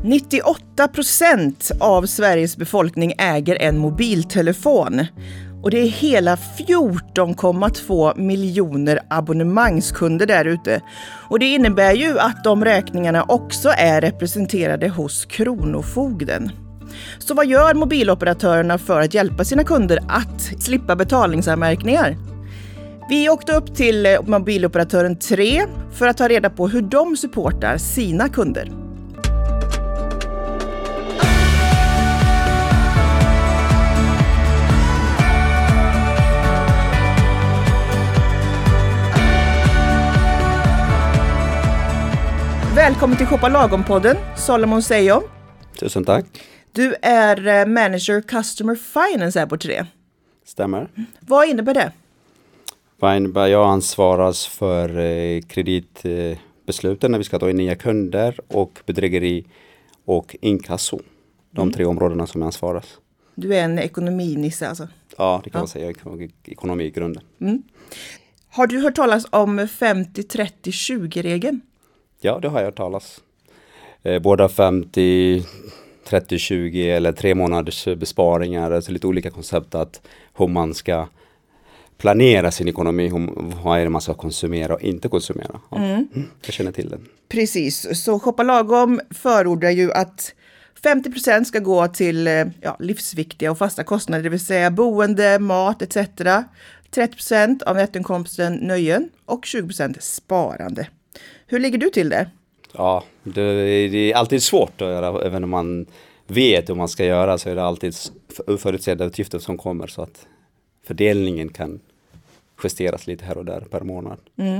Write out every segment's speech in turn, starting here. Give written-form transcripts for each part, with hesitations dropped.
98% av Sveriges befolkning äger en mobiltelefon. Och det är hela 14,2 miljoner abonnemangskunder där ute. Och det innebär ju att de räkningarna också är representerade hos Kronofogden. Så vad gör mobiloperatörerna för att hjälpa sina kunder att slippa betalningsanmärkningar? Vi åkte upp till mobiloperatören 3 för att ta reda på hur de supportar sina kunder. Välkommen till Shoppa Lagom-podden, Solomon Sejo. Tusen tack. Du är manager Customer Finance här på 3. Stämmer. Vad innebär det? Jag ansvarar för kreditbesluten när vi ska ta in nya kunder och bedrägeri och inkasso. De 3 områdena som jag ansvarar. Du är en ekonominisse alltså? Ja, det kan man säga. Ekonomi i grunden. Mm. Har du hört talas om 50-30-20-regeln? Ja, det har jag hört talas. Båda 50, 30, 20 eller 3 månaders besparingar. Alltså lite olika koncept att hur man ska planera sin ekonomi. Vad är det man ska konsumera och inte konsumera. Ja. Jag känner till den. Precis, så Shoppa Lagom förordar ju att 50% ska gå till livsviktiga och fasta kostnader. Det vill säga boende, mat etc. 30% av nettoinkomsten nöjen och 20% sparande. Hur ligger du till det? Ja, det är alltid svårt att göra. Även om man vet hur man ska göra så är det alltid oförutsedda utgifter som kommer. Så att fördelningen kan justeras lite här och där per månad.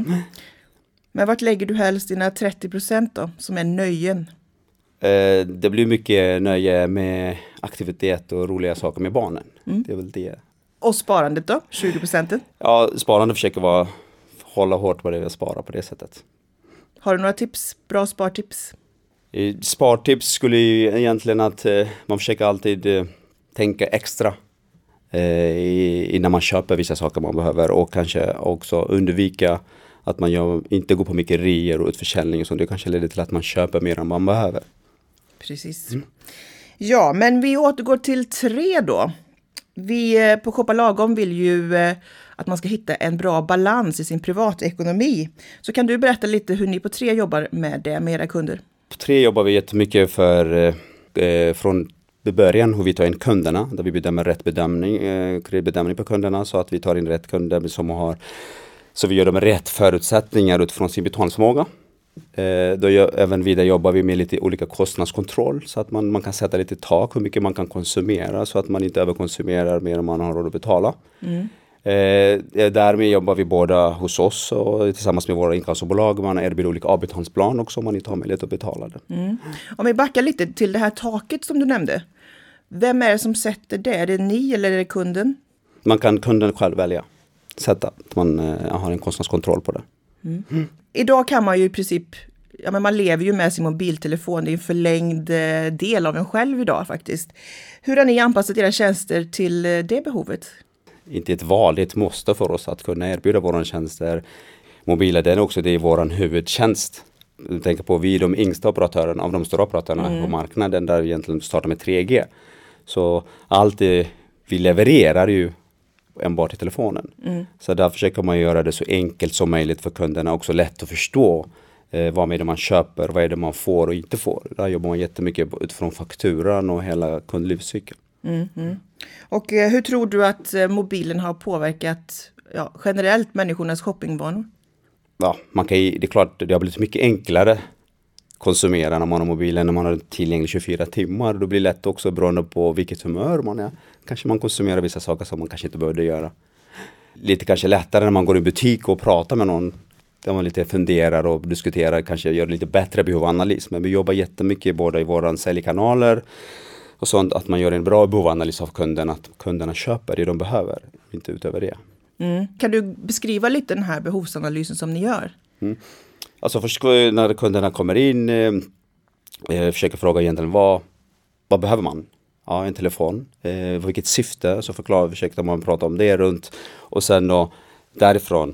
Men vart lägger du helst dina 30% då, som är nöjen? Det blir mycket nöje med aktivitet och roliga saker med barnen. Det är väl det. Och sparandet då, 20%? Ja, sparande försöker hålla hårt på det och spara på det sättet. Har du några tips, bra spartips? Spartips skulle ju egentligen att man försöker alltid tänka extra innan man köper vissa saker man behöver. Och kanske också undvika att man inte går på mycket reor och utförsäljning. Så det kanske leder till att man köper mer än man behöver. Precis. Ja, men vi återgår till 3 då. Vi på Shoppa Lagom vill ju att man ska hitta en bra balans i sin privatekonomi. Så kan du berätta lite hur ni på 3 jobbar med det med era kunder? På 3 jobbar vi jättemycket från början hur vi tar in kunderna. Där vi bedömer rätt kreditbedömning på kunderna så att vi tar in rätt kunder så vi gör dem rätt förutsättningar utifrån sin betalningsförmåga. Även vidare jobbar vi med lite olika kostnadskontroll så att man kan sätta lite tak hur mycket man kan konsumera så att man inte överkonsumerar mer än man har råd att betala. Därmed jobbar vi båda hos oss och tillsammans med våra inkassobolag. Man erbjuder olika avbetalningsplan också om man inte har möjlighet att betala det. Om vi backar lite till det här taket som du nämnde. Vem är det som sätter det? Är det ni eller är det kunden? Kunden själv välja. Sätta att man har en kostnadskontroll på det. Idag kan man ju i princip, men man lever ju med sin mobiltelefon. Det är en förlängd del av en själv idag faktiskt. Hur har ni anpassat era tjänster till det behovet? Inte ett val, det är ett måste för oss att kunna erbjuda våra tjänster. Mobilen, det är vår huvudtjänst. Jag tänker på vi är de yngsta operatörerna av de stora operatörerna på marknaden där vi egentligen startar med 3G. Så allt det vi levererar ju enbart i telefonen. Så där försöker man göra det så enkelt som möjligt för kunderna. Också lätt att förstå vad är det man köper, vad är det man får och inte får. Där jobbar man jättemycket utifrån fakturan och hela kundlivscykeln. Och hur tror du att mobilen har påverkat generellt människornas shoppingvanor? Ja, det är klart det har blivit mycket enklare konsumera när man har mobilen, när man har tillgänglig 24 timmar. Då blir det lätt också beroende på vilket humör man är. Kanske man konsumerar vissa saker som man kanske inte behövde göra. Lite kanske lättare när man går i butik och pratar med någon. Där man lite funderar och diskuterar, kanske gör lite bättre behovanalys. Men vi jobbar jättemycket både i våra säljkanaler och sånt att man gör en bra behovanalys av kunderna. Att kunderna köper det de behöver, inte utöver det. Kan du beskriva lite den här behovsanalysen som ni gör? Alltså först när kunderna kommer in försöker fråga egentligen vad behöver man? Ja, en telefon. Vilket syfte? Så försöker man prata om det runt. Och sen då därifrån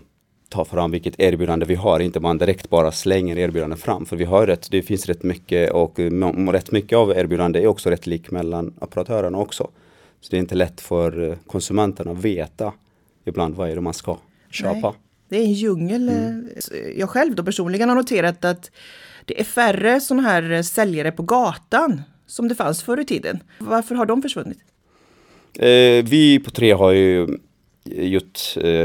ta fram vilket erbjudande vi har, inte man direkt bara slänger erbjudande fram. För vi har det finns rätt mycket och rätt mycket av erbjudande är också rätt lik mellan operatörerna också. Så det är inte lätt för konsumenterna att veta ibland vad är det man ska köpa. Nej, det är en djungel. Jag själv då personligen har noterat att det är färre sådana här säljare på gatan som det fanns förr i tiden. Varför har de försvunnit? Vi på 3 har ju gjort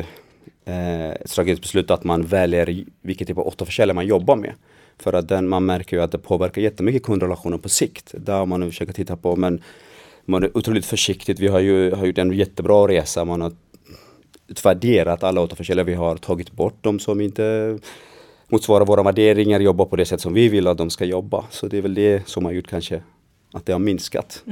ett strategiskt beslut att man väljer vilket typ av återförsäljare man jobbar med. För att man märker ju att det påverkar jättemycket kundrelationer på sikt. Där man nu försöker titta på, men man är otroligt försiktigt. Vi har gjort en jättebra resa. Man har utvärderat alla återförsäljare vi har, tagit bort de som inte motsvarar våra värderingar, jobbar på det sätt som vi vill att de ska jobba. Så det är väl det som har gjort kanske att det har minskat.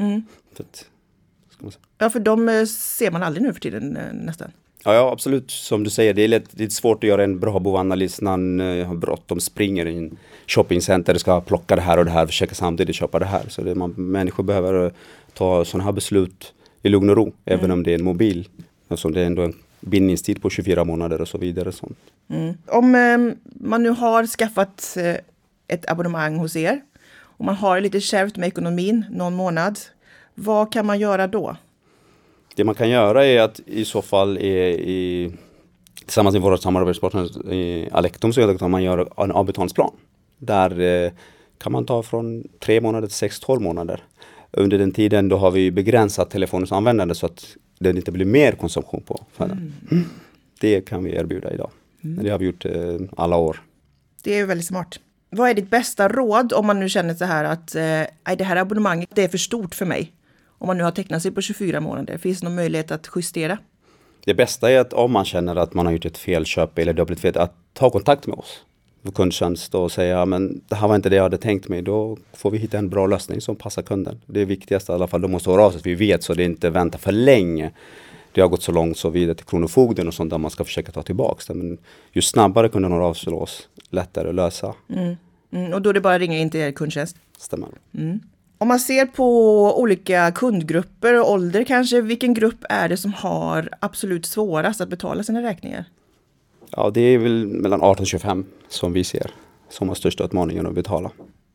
Ja, för de ser man aldrig nu för tiden nästan. Ja, absolut. Som du säger, det är svårt att göra en bra behovanalys när man har bråttom, springer i en shoppingcenter, ska plocka det här och det här, försöka samtidigt köpa det här. Så människor behöver ta sådana här beslut i lugn och ro, även om det är en mobil. Eftersom det är ändå en bindningstid på 24 månader och så vidare. Sånt. Om man nu har skaffat ett abonnemang hos er och man har lite kärvt med ekonomin någon månad, vad kan man göra då? Det man kan göra är att i så fall tillsammans med våra samarbetspartner i Alektum så att man gör en avbetalningsplan. Där kan man ta från 3 månader till 6-12 månader. Under den tiden då har vi begränsat telefonens användande så att det inte blir mer konsumtion på den. Det kan vi erbjuda idag. Det har vi gjort alla år. Det är väldigt smart. Vad är ditt bästa råd om man nu känner så här att det här abonnemanget det är för stort för mig? Om man nu har tecknat sig på 24 månader, finns det någon möjlighet att justera? Det bästa är att om man känner att man har gjort ett felköp eller det har blivit fel, att ta kontakt med oss på kundtjänst och säga men det här var inte det jag hade tänkt mig. Då får vi hitta en bra lösning som passar kunden. Det är viktigast i alla fall. De måste höra av sig så vi vet så det inte väntar för länge. Det har gått så långt så vidare till Kronofogden och sånt där man ska försöka ta tillbaka det. Men ju snabbare kunde några av sig oss, lättare att lösa. Och då är det bara att ringa in till er kundtjänst? Stämmer. Om man ser på olika kundgrupper och ålder kanske, vilken grupp är det som har absolut svårast att betala sina räkningar? Ja, det är väl mellan 18 och 25 som vi ser som har största utmaningen att betala.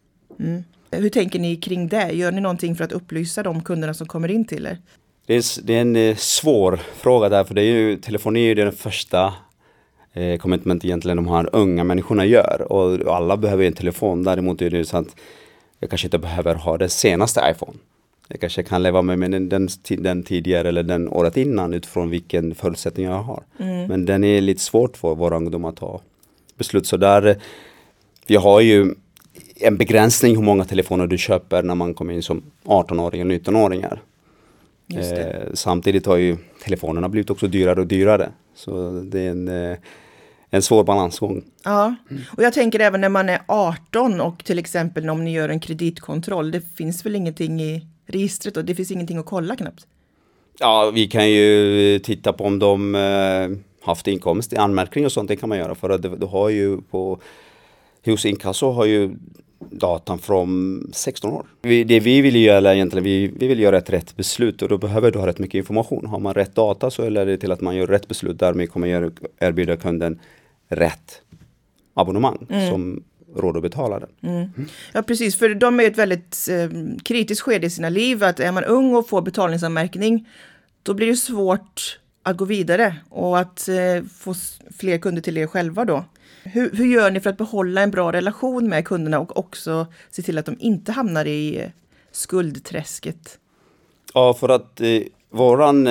Hur tänker ni kring det? Gör ni någonting för att upplysa de kunderna som kommer in till er? Det är en svår fråga där, för det är ju telefoni är den första commitment egentligen de här unga människorna gör. Och alla behöver en telefon. Däremot är det så att jag kanske inte behöver ha den senaste iPhone. Jag kanske kan leva med den tidigare eller den året innan utifrån vilken förutsättning jag har. Men den är lite svårt för våra ungdomar att ta beslut. Så där, vi har ju en begränsning hur många telefoner du köper när man kommer in som 18-åring och 19-åringar. Samtidigt har ju telefonerna blivit också dyrare och dyrare. Så det är en svår balansgång. Ja, och jag tänker även när man är 18 och till exempel om ni gör en kreditkontroll. Det finns väl ingenting i registret och det finns ingenting att kolla knappt? Ja, vi kan ju titta på om de haft inkomst i anmärkning och sånt. Det kan man göra för att du har ju hos inkasso har ju datan från 16 år. Det vi vill göra egentligen, vi vill göra ett rätt beslut och då behöver du ha rätt mycket information. Har man rätt data så leder det till att man gör rätt beslut. Därmed kommer erbjuda kunden rätt abonnemang som råd att betala den. Ja, precis. För de är ett väldigt kritiskt skede i sina liv. Att är man ung och får betalningsanmärkning då blir det svårt att gå vidare och att få fler kunder till er själva då. Hur gör ni för att behålla en bra relation med kunderna och också se till att de inte hamnar i skuldträsket? Ja, för att våran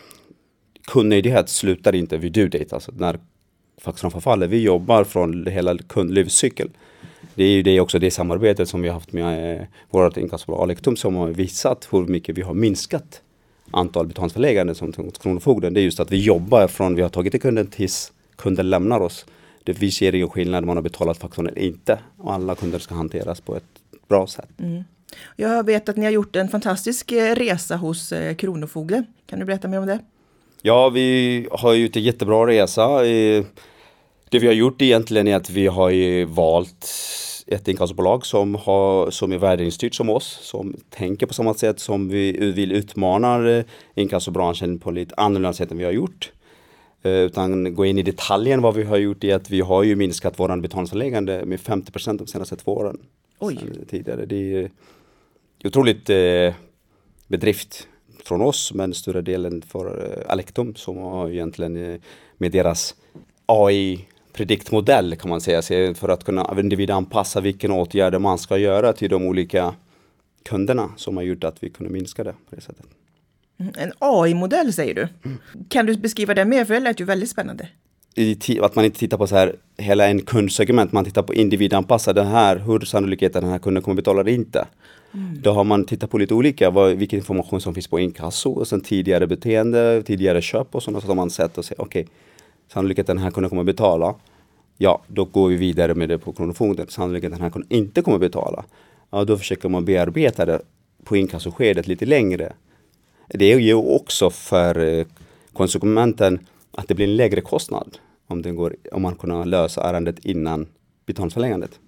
kundnöjdhet slutar inte vid due date. Alltså när fakturan förfaller. Vi jobbar från hela kundlivscykel. Det är ju det samarbetet som vi har haft med vårt inkassobolag Alektum som har visat hur mycket vi har minskat antal betalningsförläggande som Kronofogden. Det är just att vi jobbar från vi har tagit till kunden tills kunden lämnar oss. Vi ser ingen skillnad om man har betalat fakturan eller inte. Och alla kunder ska hanteras på ett bra sätt. Jag vet att ni har gjort en fantastisk resa hos Kronofogden. Kan du berätta mer om det? Ja, vi har gjort en jättebra resa. Det vi har gjort egentligen är att vi har valt ett inkassobolag som är värderingsstyrt som oss. Som tänker på samma sätt som vi vill utmana inkassobranschen på lite annorlunda sätt än vi har gjort. Utan gå in i detaljen vad vi har gjort är att vi har ju minskat våran betalningsföreläggande med 50% de senaste 2 åren. Oj. Tidigare. Det är otroligt bedrift från oss, men större delen för Alektum som har egentligen med deras AI-prediktmodell kan man säga, för att kunna individanpassa vilken åtgärder man ska göra till de olika kunderna som har gjort att vi kunde minska det på det sättet. En AI-modell säger du. Kan du beskriva det mer? För det lät ju väldigt spännande. Att man inte tittar på så här hela en kundsegment, man tittar på individanpassa det här, hur sannolikheten den här kunden kommer betala det inte. Då har man tittat på lite olika, vilken information som finns på inkasso och sen tidigare beteende, tidigare köp och sådana, så har man sett och säger okej, sannolikheten den här kunden kommer betala, ja då går vi vidare med det på kronofogden. Sannolikheten den här kunden inte kommer betala, ja då försöker man bearbeta det på inkassoskedet lite längre. Det är ju också för konsumenten att det blir en lägre kostnad om man kan lösa ärendet innan betalningsförlängandet.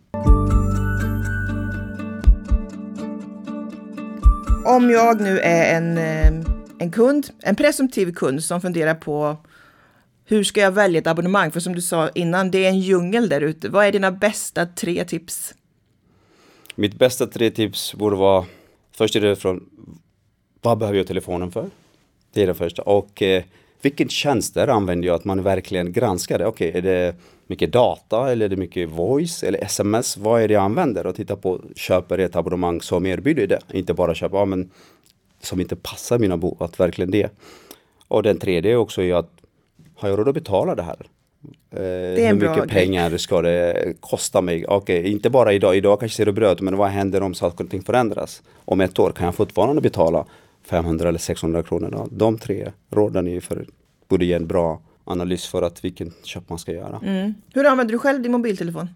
Om jag nu är en kund, en presumtiv kund som funderar på hur ska jag välja ett abonnemang? För som du sa innan, det är en djungel där ute. Vad är dina bästa 3 tips? Mitt bästa 3 tips borde vara, först är det från vad behöver jag telefonen för? Det är det första. Och vilken tjänster använder jag, att man verkligen granskar det? Okej, är det mycket data eller är det mycket voice eller sms? Vad är det jag använder? Och titta på, köper ett abonnemang som erbjuder det. Inte bara köpa, men som inte passar mina behov, att verkligen det. Och den tredje är också att har jag råd att betala det här? Hur mycket pengar ska det kosta mig? Okej, inte bara idag kanske ser det bröt, men vad händer om saker och ting förändras? Om 1 år kan jag fortfarande betala 500 eller 600 kronor. Då? De 3 råden borde ge en bra analys för att vilken köp man ska göra. Hur använder du själv din mobiltelefon?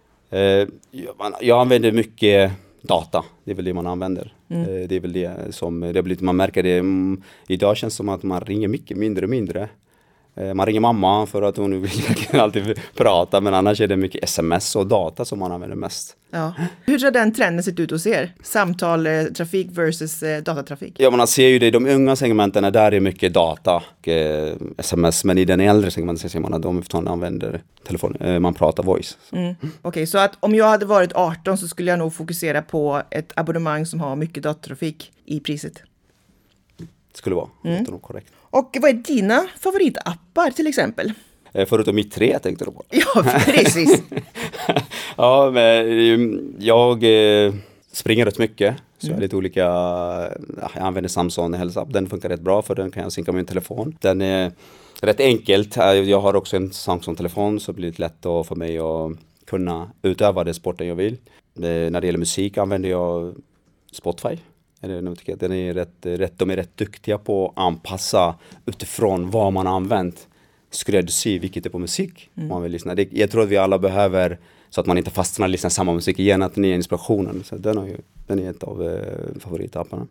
Jag använder mycket data. Det är väl det man använder. Det är väl det som det blir, man märker det. Idag känns det som att man ringer mycket mindre och mindre. Man ringer mamma för att hon vill alltid prata, men annars är det mycket sms och data som man använder mest. Ja. Hur har den trenden sett ut hos er? Samtal, trafik versus datatrafik? Ja, man ser ju det i de unga segmenten, där är mycket data och sms, men i den äldre segmenten ser man att de använder telefon, man pratar voice. Okej, så att om jag hade varit 18 så skulle jag nog fokusera på ett abonnemang som har mycket datatrafik i priset. Det skulle vara, det är nog korrekt. Och vad är dina favoritappar till exempel? Förutom mitt 3 tänkte du på. Ja, precis. Ja, men jag springer rätt mycket. Så jag har lite olika, jag använder Samsung hälsoapp. Den funkar rätt bra för den kan jag synka med min telefon. Den är rätt enkelt. Jag har också en Samsung-telefon så det blir lätt för mig att kunna utöva den sporten jag vill. När det gäller musik använder jag Spotify. Den är de är rätt duktiga på att anpassa utifrån vad man har använt. Skräddarsy vilket är på musik man vill lyssna. Jag tror att vi alla behöver, så att man inte fastnar och lyssnar samma musik igen, att den är inspirationen. Så den är ett av favoritapparna.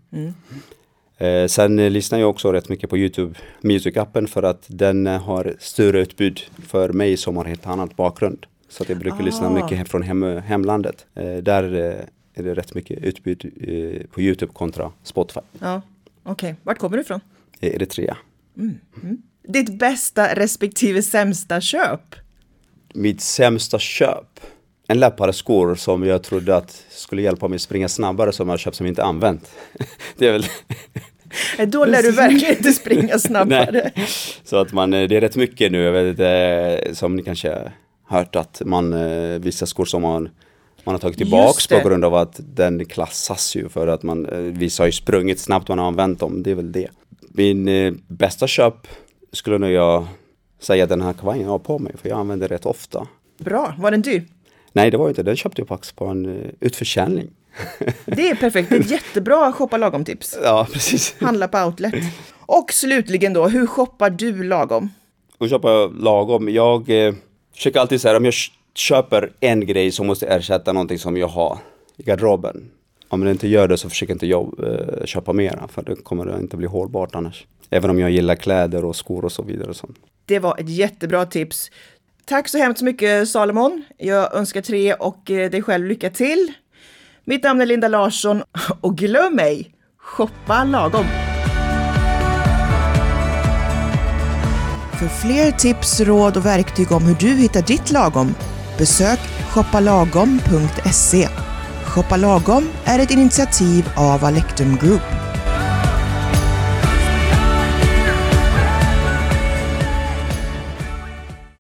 Sen lyssnar jag också rätt mycket på YouTube Music-appen för att den har större utbud för mig som har helt annat bakgrund. Så att jag brukar lyssna mycket från hemlandet. Där är det rätt mycket utbud på YouTube kontra Spotify. Ja, okej. Vart kommer du ifrån? Eritrea. Ditt bästa respektive sämsta köp? Mitt sämsta köp? En läppare skor som jag trodde att skulle hjälpa mig springa snabbare, som jag köpt som inte använt. Det är väl... Då lär du verkligen inte springa snabbare. Nej. Så att det är rätt mycket nu, jag vet, som ni kanske hört, att vissa skor som man har tagit tillbaks på grund av att den klassas ju för att vissa har ju sprungit snabbt man har använt dem. Det är väl det. Min bästa köp skulle nog jag säga den här kavajen jag har på mig, för jag använder det rätt ofta. Bra, var den dyr? Nej, det var inte. Den köpte jag faktiskt på en utförsäljning. Det är perfekt, det är ett jättebra shoppa lagom-tips. Ja, precis. Handla på outlet. Och slutligen då, hur shoppar du lagom? Hur shoppar jag lagom? Jag försöker alltid säga, om jag köper en grej så måste jag ersätta någonting som jag har i garderoben. Om jag inte gör det så försöker inte jag köpa mera, för det kommer inte bli hållbart annars. Även om jag gillar kläder och skor och så vidare. Och sånt. Det var ett jättebra tips. Tack så hemskt mycket Salomon. Jag önskar 3 och dig själv lycka till. Mitt namn är Linda Larsson och glöm mig, shoppa lagom. För fler tips, råd och verktyg om hur du hittar ditt lagom, besök shoppalagom.se. Shoppa Lagom är ett initiativ av Alectum Group.